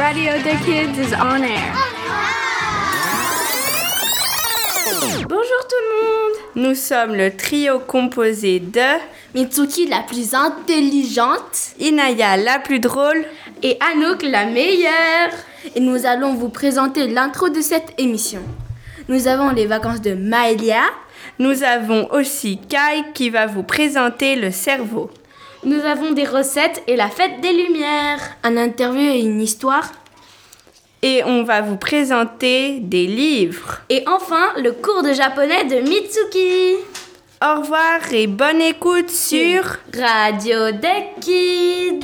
Radio the Kids is on air. Bonjour tout le monde. Nous sommes le trio composé de Mitsuki la plus intelligente, Inaya la plus drôle et Anouk la meilleure. Et nous allons vous présenter l'intro de cette émission. Nous avons les vacances de Maëlia. Nous avons aussi Kai qui va vous présenter le cerveau. Nous avons des recettes et la fête des Lumières. Un interview et une histoire. Et on va vous présenter des livres. Et enfin, le cours de japonais de Mitsuki. Au revoir et bonne écoute sur Radio the Kids.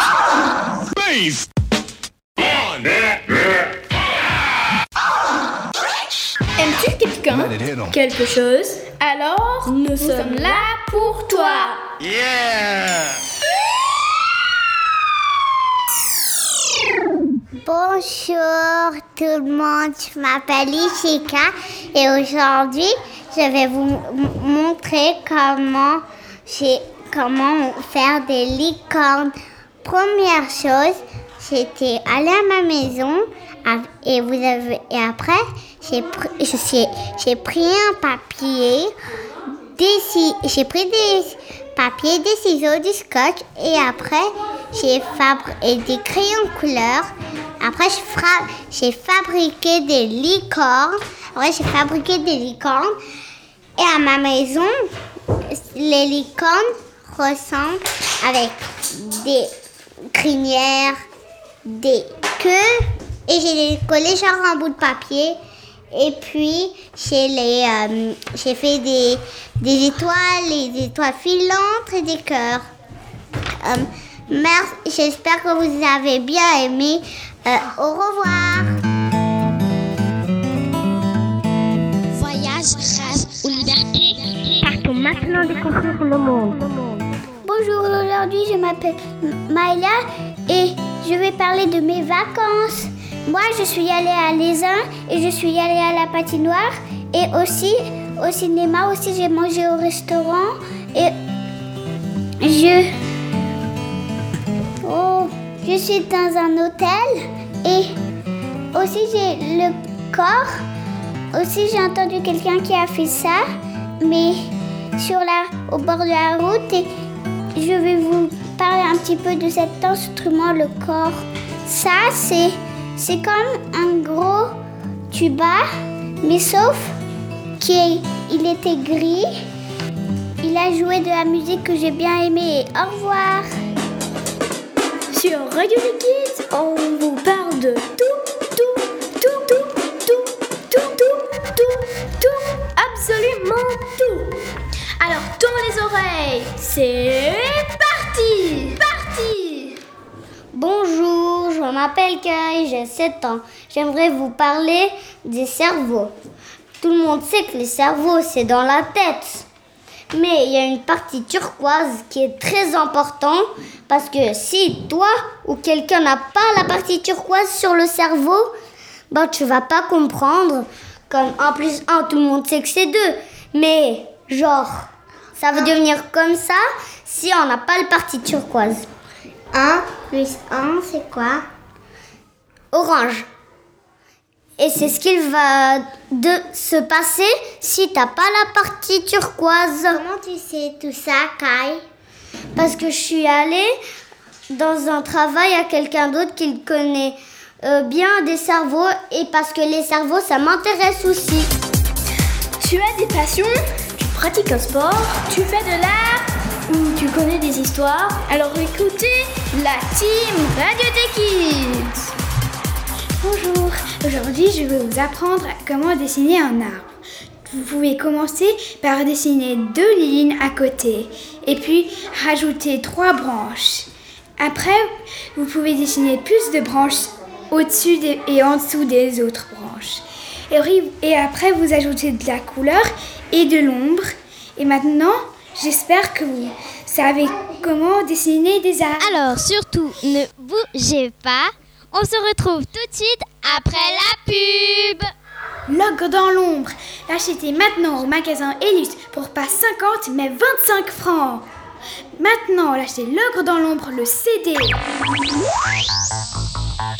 Aimes-tu quelqu'un? Quelque chose? Alors, nous sommes là pour toi. Yeah! Bonjour tout le monde, je m'appelle Ishika et aujourd'hui je vais vous montrer comment faire des licornes. Première chose, j'étais allée à ma maison et après j'ai pris un papier, j'ai pris des papiers, des ciseaux, du scotch et après et des crayons couleur. Après, j'ai fabriqué des licornes. Et à ma maison, les licornes ressemblent avec des crinières, des queues. Et j'ai les collé genre en bout de papier. Et puis, j'ai fait des étoiles, des étoiles filantes et des cœurs. Merci, j'espère que vous avez bien aimé. Au revoir. Voyage, rêve ou liberté. Partons maintenant découvrir le monde. Bonjour, aujourd'hui je m'appelle Maëlia et je vais parler de mes vacances. Moi je suis allée à l'Aisin et je suis allée à la patinoire et aussi au cinéma, aussi j'ai mangé au restaurant et je suis dans un hôtel et aussi j'ai le corps. Aussi j'ai entendu quelqu'un qui a fait ça, mais au bord de la route. Et je vais vous parler un petit peu de cet instrument, le corps. Ça, c'est comme un gros tuba, mais sauf qu'il était gris. Il a joué de la musique que j'ai bien aimée. Au revoir. Sur Radio the Kids, on vous parle de tout, absolument tout. Alors tourne les oreilles, c'est parti. Bonjour, je m'appelle Kai, j'ai 7 ans. J'aimerais vous parler des cerveaux. Tout le monde sait que les cerveaux, c'est dans la tête. Mais il y a une partie turquoise qui est très importante parce que si toi ou quelqu'un n'a pas la partie turquoise sur le cerveau, tu vas pas comprendre. Comme 1 plus 1, tout le monde sait que c'est 2. Mais genre, ça va devenir comme ça si on n'a pas la partie turquoise. 1 plus 1, c'est quoi? Orange. Et c'est ce qu'il va se passer si t'as pas la partie turquoise. Comment tu sais tout ça, Kai? Parce que je suis allée dans un travail à quelqu'un d'autre qui connaît bien des cerveaux et parce que les cerveaux, ça m'intéresse aussi. Tu as des passions? Tu pratiques un sport? Tu fais de l'art? Ou tu connais des histoires? Alors écoutez la team Radio the Kids. Bonjour, aujourd'hui je vais vous apprendre comment dessiner un arbre. Vous pouvez commencer par dessiner 2 lignes à côté et puis rajouter 3 branches. Après, vous pouvez dessiner plus de branches au-dessus et en dessous des autres branches. Et après, vous ajoutez de la couleur et de l'ombre. Et maintenant, j'espère que vous savez comment dessiner des arbres. Alors surtout, ne bougez pas. On se retrouve tout de suite après la pub. L'ogre dans l'ombre. L'achetez maintenant au magasin Elus pour pas 50 mais 25 francs. Maintenant, l'achetez l'ogre dans l'ombre, le CD.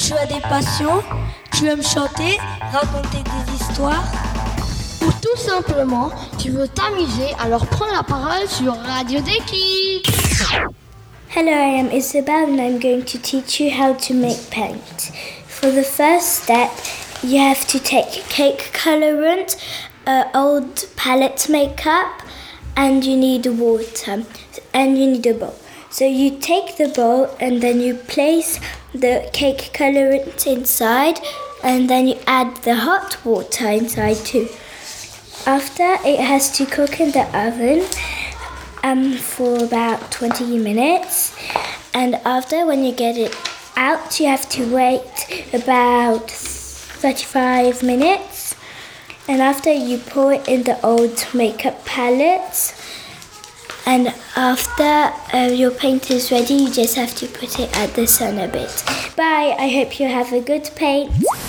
Tu as des passions? Tu aimes chanter, raconter des histoires? Ou tout simplement, tu veux t'amuser, alors prends la parole sur Radio des Kids. Hello, I am Isabel and I'm going to teach you how to make paint. For the first step, you have to take cake colorant, old palette makeup, and you need water, and you need a bowl. So you take the bowl and then you place the cake colorant inside, and then you add the hot water inside too. After, it has to cook in the oven for about 20 minutes, and after, when you get it out, you have to wait about 35 minutes, and after you pour it in the old makeup palettes, and after your paint is ready, you just have to put it at the sun a bit. Bye, I hope you have a good paint.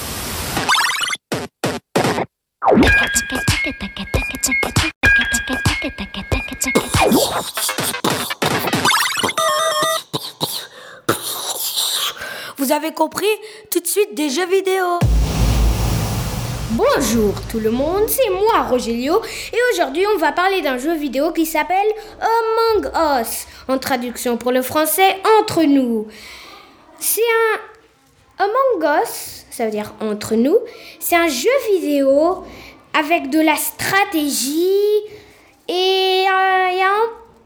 Vous avez compris? Tout de suite des jeux vidéo. Bonjour tout le monde, c'est moi Rogelio et aujourd'hui on va parler d'un jeu vidéo qui s'appelle Among Us, en traduction pour le français Entre nous. C'est un Among Us, ça veut dire entre nous, c'est un jeu vidéo avec de la stratégie et il y a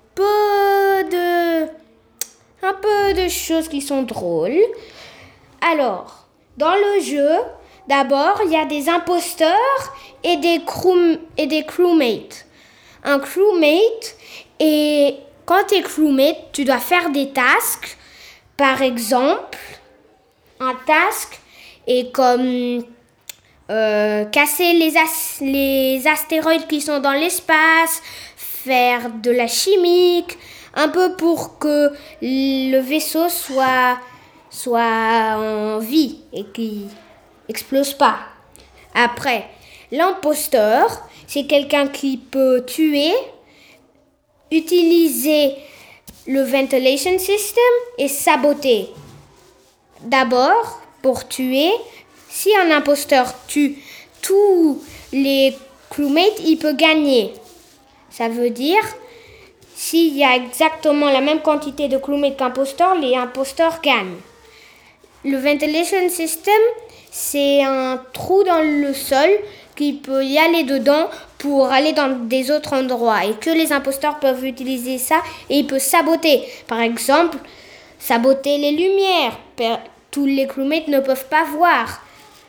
un peu de choses qui sont drôles. Alors, dans le jeu, d'abord, il y a des imposteurs et des crewmates. Un crewmate, et quand tu es crewmate, tu dois faire des tasks. Par exemple, un task est comme casser les astéroïdes qui sont dans l'espace, faire de la chimique, un peu pour que le vaisseau soit en vie et qu'il explose pas. Après, l'imposteur, c'est quelqu'un qui peut tuer, utiliser le ventilation system et saboter. D'abord, pour tuer, si un imposteur tue tous les crewmates, il peut gagner. Ça veut dire, s'il y a exactement la même quantité de crewmates qu'imposteurs, les imposteurs gagnent. Le ventilation system, c'est un trou dans le sol qui peut y aller dedans pour aller dans des autres endroits et que les imposteurs peuvent utiliser ça et ils peuvent saboter. Par exemple, saboter les lumières. Tous les crewmates ne peuvent pas voir.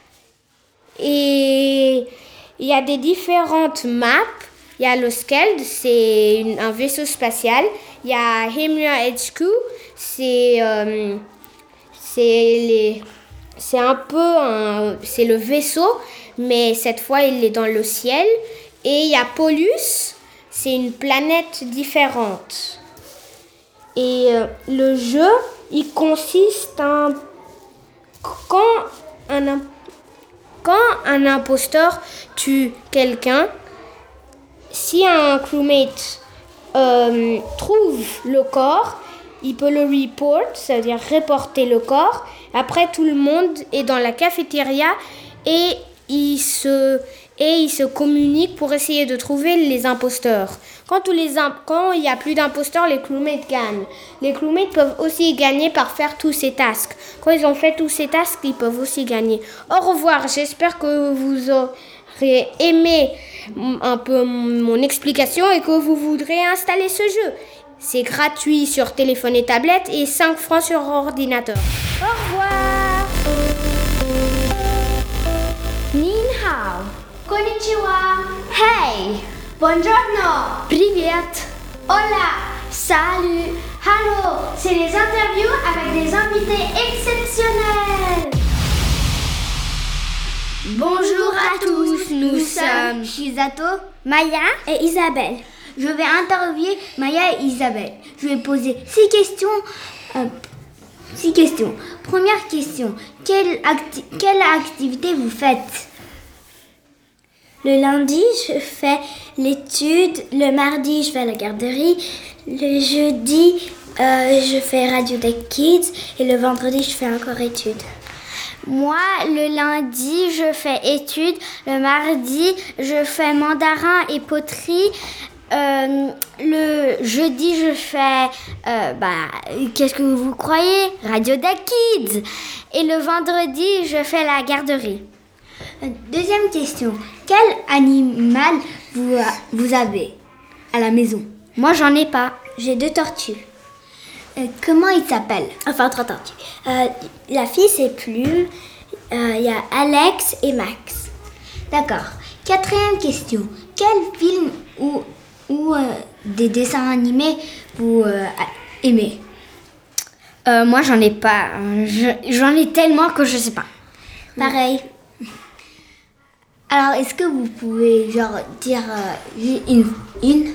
Et il y a des différentes maps. Il y a le Skeld, c'est un vaisseau spatial. Il y a Himra HQ, c'est le vaisseau, mais cette fois il est dans le ciel. Et il y a Polus, c'est une planète différente. Et le jeu, il consiste en quand un imposteur tue quelqu'un, si un crewmate trouve le corps, il peut le report, ça veut dire reporter le corps. Après, tout le monde est dans la cafétéria et ils se communiquent pour essayer de trouver les imposteurs. Quand il n'y a plus d'imposteurs, les crewmates gagnent. Les crewmates peuvent aussi gagner par faire tous ces tasks. Quand ils ont fait tous ces tasks, ils peuvent aussi gagner. Au revoir, j'espère que vous aurez aimé un peu mon explication et que vous voudrez installer ce jeu. C'est gratuit sur téléphone et tablette et 5 francs sur ordinateur. Au revoir. Ni hao. Konnichiwa. Hey. Buongiorno. Привет. Hola. Salut. Hello. C'est les interviews avec des invités exceptionnels. Bonjour à tous, nous sommes Shizato, Maya Et Isabelle. Je vais interviewer Maya et Isabelle. Je vais poser 6 questions. Première question. Quelle activité vous faites? Le lundi, je fais l'étude. Le mardi, je vais à la garderie. Le jeudi, je fais Radio des Kids. Et le vendredi, je fais encore études. Moi, le lundi, je fais études. Le mardi, je fais mandarin et poterie. Le jeudi, je fais... qu'est-ce que vous croyez? Radio des Kids. Et le vendredi, je fais la garderie. Deuxième question. Quel animal vous avez à la maison? Moi, j'en ai pas. J'ai 2 tortues. Comment ils s'appellent? Enfin, 3 tortues. La fille, c'est Plume. Il y a Alex et Max. D'accord. Quatrième question. Quel film ou des dessins animés vous aimez? Moi, j'en ai pas. J'en ai tellement que je sais pas. Pareil. Alors, est-ce que vous pouvez dire une?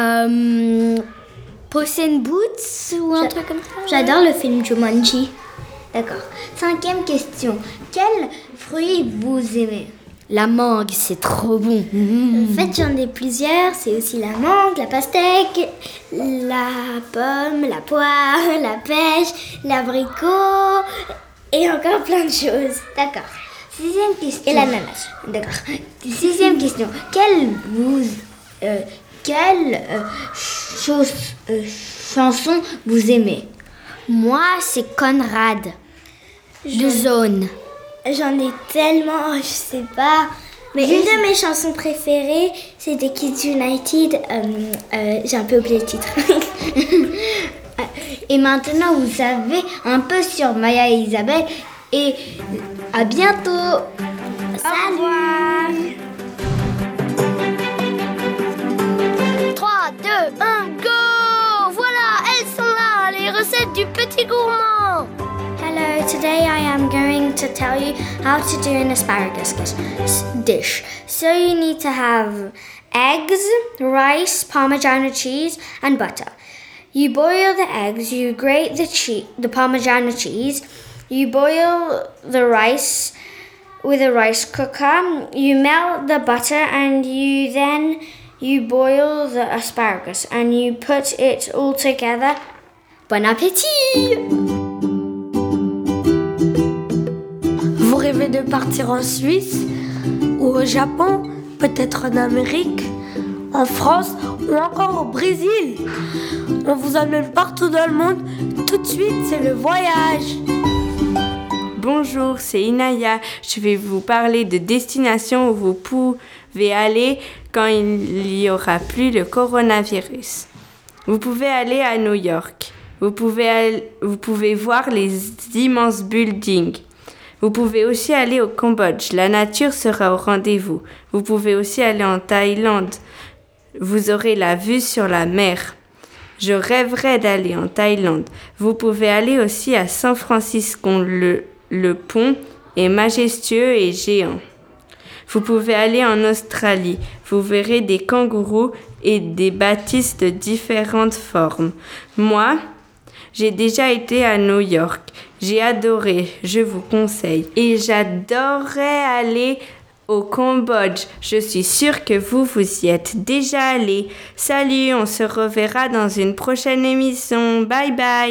Puss in Boots ou un truc comme ça? J'adore le film Jumanji. D'accord. 5e question. Quel fruit vous aimez? La mangue, c'est trop bon. En fait, j'en ai plusieurs. C'est aussi la mangue, la pastèque, la pomme, la poire, la pêche, l'abricot et encore plein de choses. D'accord. 6e question. Et l'ananas. D'accord. 6e question. Quelle chanson vous aimez? Moi, c'est Conrad. De Zone. J'en ai tellement, je sais pas. Mais une de mes chansons préférées, c'est des Kids United. J'ai un peu oublié le titre. Et maintenant, vous savez un peu sur Maya et Isabelle. Et à bientôt. Salut. 3, 2, 1, go! Voilà, elles sont là, les recettes du petit gourmand. Hello, today I am going to tell you how to do an asparagus dish. So you need to have eggs, rice, Parmigiano cheese and butter. You boil the eggs, you grate the Parmigiano cheese, you boil the rice with a rice cooker, you melt the butter and you boil the asparagus and you put it all together. Bon appétit! Vous rêvez de partir en Suisse ou au Japon, peut-être en Amérique, en France ou encore au Brésil? On vous emmène partout dans le monde. Tout de suite, c'est le voyage. Bonjour, c'est Inaya. Je vais vous parler de destinations où vous pouvez aller quand il n'y aura plus le coronavirus. Vous pouvez aller à New York. Vous pouvez voir les immenses buildings. Vous pouvez aussi aller au Cambodge. La nature sera au rendez-vous. Vous pouvez aussi aller en Thaïlande. Vous aurez la vue sur la mer. Je rêverais d'aller en Thaïlande. Vous pouvez aller aussi à San Francisco. Le pont est majestueux et géant. Vous pouvez aller en Australie. Vous verrez des kangourous et des bâtisses de différentes formes. Moi, j'ai déjà été à New York. J'ai adoré, je vous conseille. Et j'adorerais aller au Cambodge. Je suis sûre que vous y êtes déjà allés. Salut, on se reverra dans une prochaine émission. Bye bye.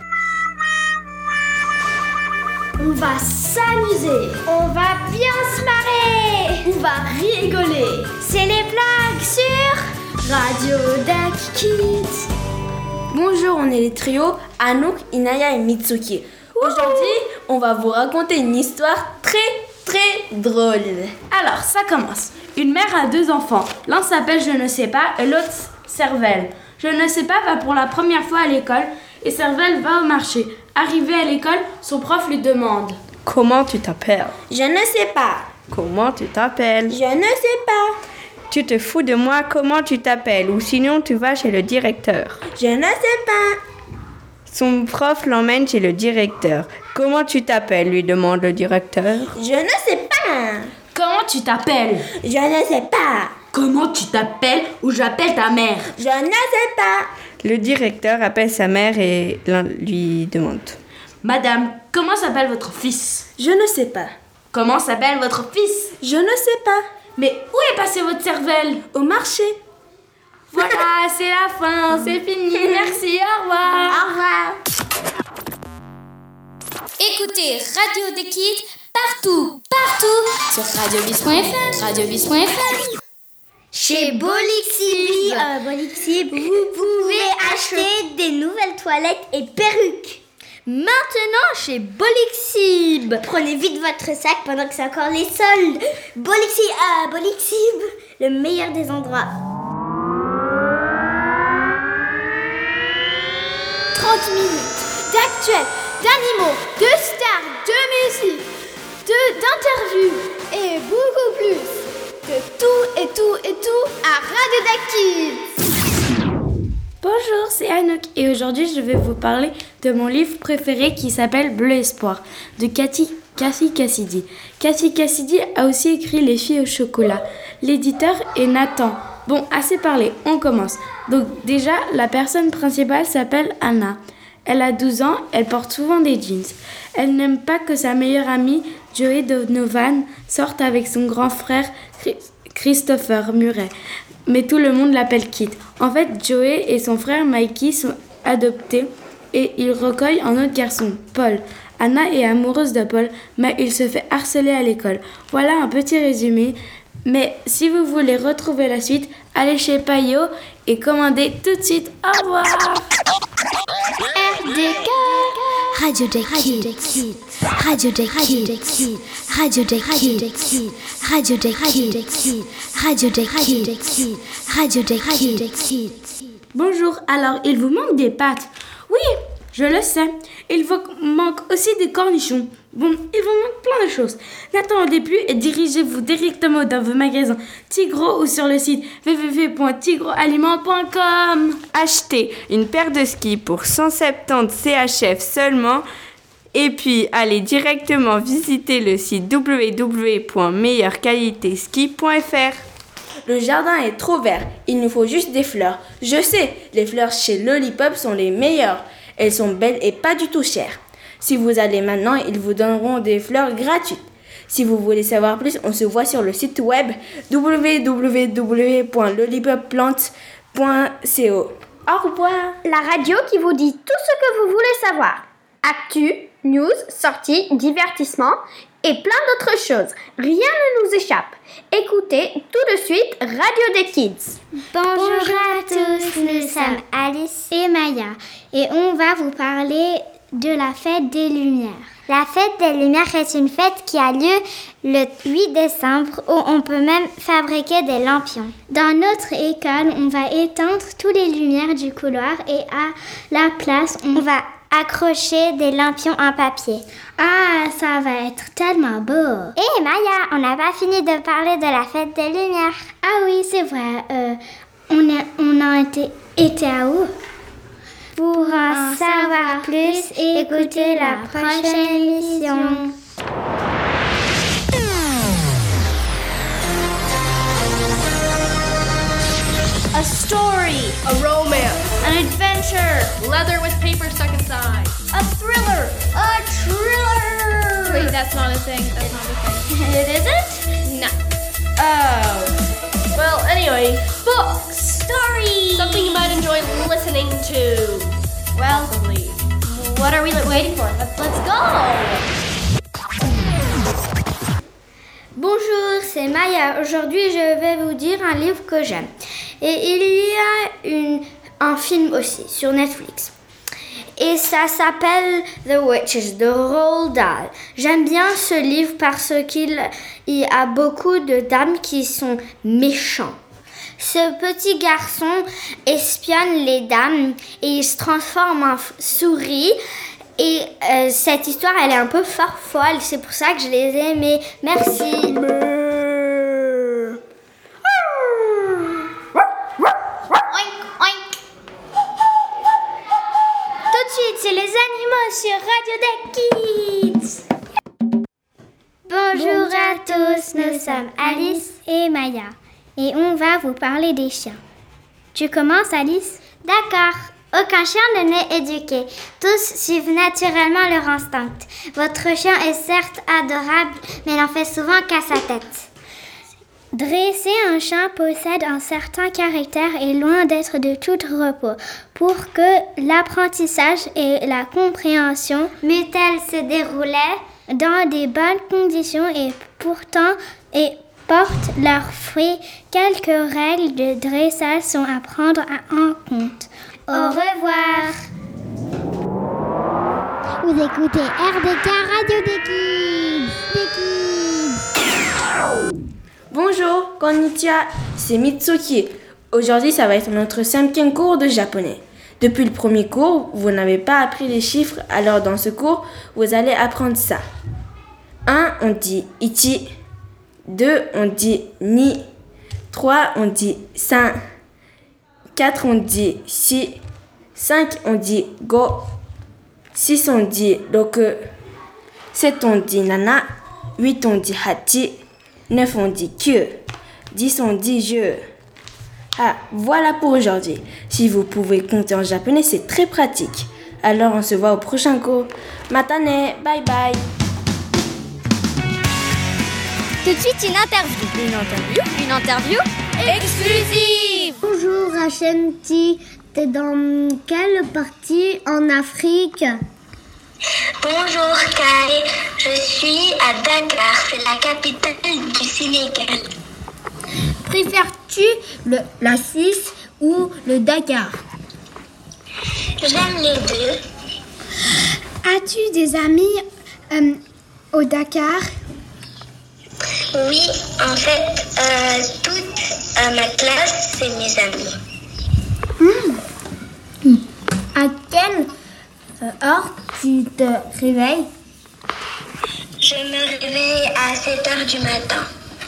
On va s'amuser. On va bien se marrer. On va rigoler. C'est les blagues sur Radio Duck Kids. Bonjour, on est les trios Anouk, Inaya et Mitsuki. Aujourd'hui, on va vous raconter une histoire très drôle. Alors, ça commence. Une mère a 2 enfants. L'un s'appelle Je ne sais pas et l'autre Cervelle. Je ne sais pas va pour la première fois à l'école et Cervelle va au marché. Arrivé à l'école, son prof lui demande « Comment tu t'appelles ?»« Je ne sais pas. »« Comment tu t'appelles ?»« Je ne sais pas. »« Tu te fous de moi, comment tu t'appelles ? Ou sinon tu vas chez le directeur. »« Je ne sais pas. » Son prof l'emmène chez le directeur. « Comment tu t'appelles ?» lui demande le directeur. « Je ne sais pas. »« Comment tu t'appelles? Je ne sais pas. »« Comment tu t'appelles ou j'appelle ta mère? Je ne sais pas. » Le directeur appelle sa mère et lui demande « Madame, comment s'appelle votre fils? »« Je ne sais pas. »« Comment s'appelle votre fils? »« Je ne sais pas. »« Mais où est passée votre cervelle? »« Au marché. » Voilà, c'est la fin, c'est fini. Merci, au revoir. Au revoir. Écoutez Radio des Kids Partout sur radiovis.fr. Radiovis.fr. Chez Bolixib, vous pouvez acheter des nouvelles toilettes et perruques. Maintenant chez Bolixib. Prenez vite votre sac pendant que c'est encore les soldes. Bolixib, le meilleur des endroits. 30 minutes d'actuels, d'animaux, de stars, de musique, d'interviews et beaucoup plus. De tout à Radio Kids. Bonjour, c'est Anouk et aujourd'hui je vais vous parler de mon livre préféré qui s'appelle Bleu Espoir de Cathy Cassidy. Cathy Cassidy a aussi écrit Les filles au chocolat. L'éditeur est Nathan. Bon, assez parlé, on commence. Donc déjà, la personne principale s'appelle Anna. Elle a 12 ans, elle porte souvent des jeans. Elle n'aime pas que sa meilleure amie, Joey Donovan, sorte avec son grand frère Christopher Murray. Mais tout le monde l'appelle Kid. En fait, Joey et son frère Mikey sont adoptés et ils recueillent un autre garçon, Paul. Anna est amoureuse de Paul, mais il se fait harceler à l'école. Voilà un petit résumé. Mais si vous voulez retrouver la suite, allez chez Payo et commandez tout de suite. Au revoir. RDK Radio des Kids. Radio des Kids. Radio des Kids. Radio des Kids. Radio des Kids. Radio des Kids. Bonjour, alors il vous manque des pâtes? Oui, je le sais. Il vous manque aussi des cornichons. Bon, il vous manque plein de choses. N'attendez plus et dirigez-vous directement dans vos magasins Tigro ou sur le site www.tigroaliment.com. Achetez une paire de skis pour 170 CHF seulement et puis allez directement visiter le site www.meilleurqualitéski.fr. Le jardin est trop vert, il nous faut juste des fleurs. Je sais, les fleurs chez Lollipop sont les meilleures. Elles sont belles et pas du tout chères. Si vous allez maintenant, ils vous donneront des fleurs gratuites. Si vous voulez savoir plus, on se voit sur le site web www.lollipopplants.co. Au revoir. La radio qui vous dit tout ce que vous voulez savoir. Actu, news, sorties, divertissement et plein d'autres choses. Rien ne nous échappe. Écoutez tout de suite Radio des Kids. Bonjour à tous, nous sommes Alice et Maya et on va vous parler de la fête des Lumières. La fête des Lumières est une fête qui a lieu le 8 décembre où on peut même fabriquer des lampions. Dans notre école, on va éteindre toutes les lumières du couloir et à la place, on va accrocher des lampions en papier. Ah, ça va être tellement beau! Hé Maya, on n'a pas fini de parler de la fête des Lumières. Ah oui, c'est vrai. On a été à où? Pour en savoir plus, écoutez la prochaine émission. A story, a romance, an adventure, leather with paper stuck inside, a thriller, a thriller. Wait, that's not a thing. That's not a thing. It isn't? No. Oh. Well, anyway, books, stories, something you might enjoy listening to. Well, possibly. What are we waiting for? Let's go. Bonjour, c'est Maya. Aujourd'hui, je vais vous dire un livre que j'aime. Et il y a un film aussi sur Netflix. Et ça s'appelle The Witches de Roald Dahl. J'aime bien ce livre parce qu'il y a beaucoup de dames qui sont méchantes. Ce petit garçon espionne les dames et il se transforme en souris. Et cette histoire, elle est un peu folle. C'est pour ça que je les ai aimées. Merci. Tout de suite, c'est les animaux sur Radio des Kids. Bonjour à tous, nous sommes Alice et Maya et on va vous parler des chiens. Tu commences, Alice? D'accord. Aucun chien ne naît éduqué. Tous suivent naturellement leur instinct. Votre chien est certes adorable, mais n'en fait souvent qu'à sa tête. Dresser un chien possède un certain caractère et loin d'être de tout repos. Pour que l'apprentissage et la compréhension mutuelle se déroulaient, dans des bonnes conditions et portent leurs fruits. Quelques règles de dressage sont à prendre en compte. Au revoir. Vous écoutez RDK Radio des Kids. Bonjour, konnichiwa, c'est Mitsuki. Aujourd'hui, ça va être notre 5e cours de japonais. Depuis le premier cours, vous n'avez pas appris les chiffres, alors dans ce cours, vous allez apprendre ça. 1, on dit ichi. 2, on dit ni. 3, on dit san. 4, on dit shi. 5, on dit go. 6, on dit roku. 7, on dit nana. 8, on dit hachi. 9, on dit que. 10, on dit je. Ah, voilà pour aujourd'hui. Si vous pouvez compter en japonais, c'est très pratique. Alors, on se voit au prochain cours. Matane, bye bye. Tout de suite, une interview exclusive. Bonjour Rachenti, t'es dans quelle partie en Afrique? Bonjour Kai, je suis à Dakar, c'est la capitale du Sénégal. Préfères-tu la Suisse ou le Dakar? J'aime les deux. As-tu des amis au Dakar? Oui, en fait, toute ma classe, c'est mes amis. À quelle heure tu te réveilles? Je me réveille à 7h du matin.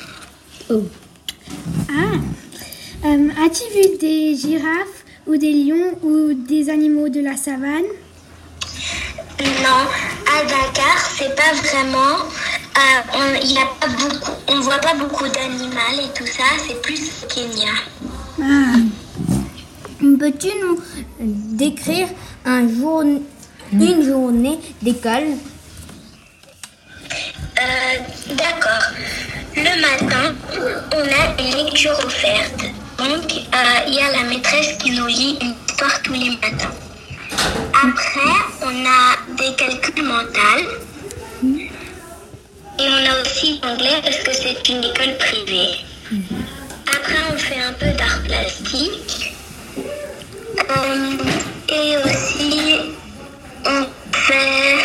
As-tu vu des girafes ou des lions ou des animaux de la savane? Non, à Dakar, c'est pas vraiment... on voit pas beaucoup d'animaux et tout ça, c'est plus au Kenya. Peux-tu nous décrire une journée d'école? D'accord. Le matin, on a une lecture offerte. Donc, il y a la maîtresse qui nous lit une histoire tous les matins. Après, on a des calculs mentaux. Et on a aussi l'anglais parce que c'est une école privée. Après, on fait un peu d'art plastique. Et aussi, on fait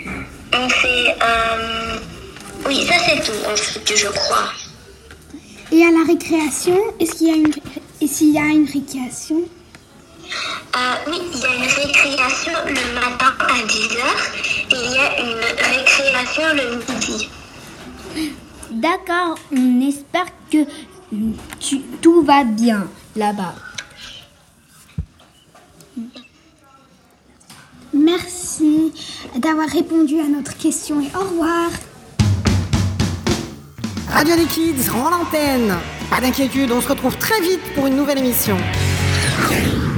oui, ça c'est tout en fait, je crois. Et à la récréation, est-ce qu'il y a une récréation? Oui, il y a une récréation le matin à 10h et il y a une récréation le midi. D'accord, on espère que tout va bien là-bas. Merci d'avoir répondu à notre question et au revoir. Radio des Kids rend l'antenne. Pas d'inquiétude, on se retrouve très vite pour une nouvelle émission.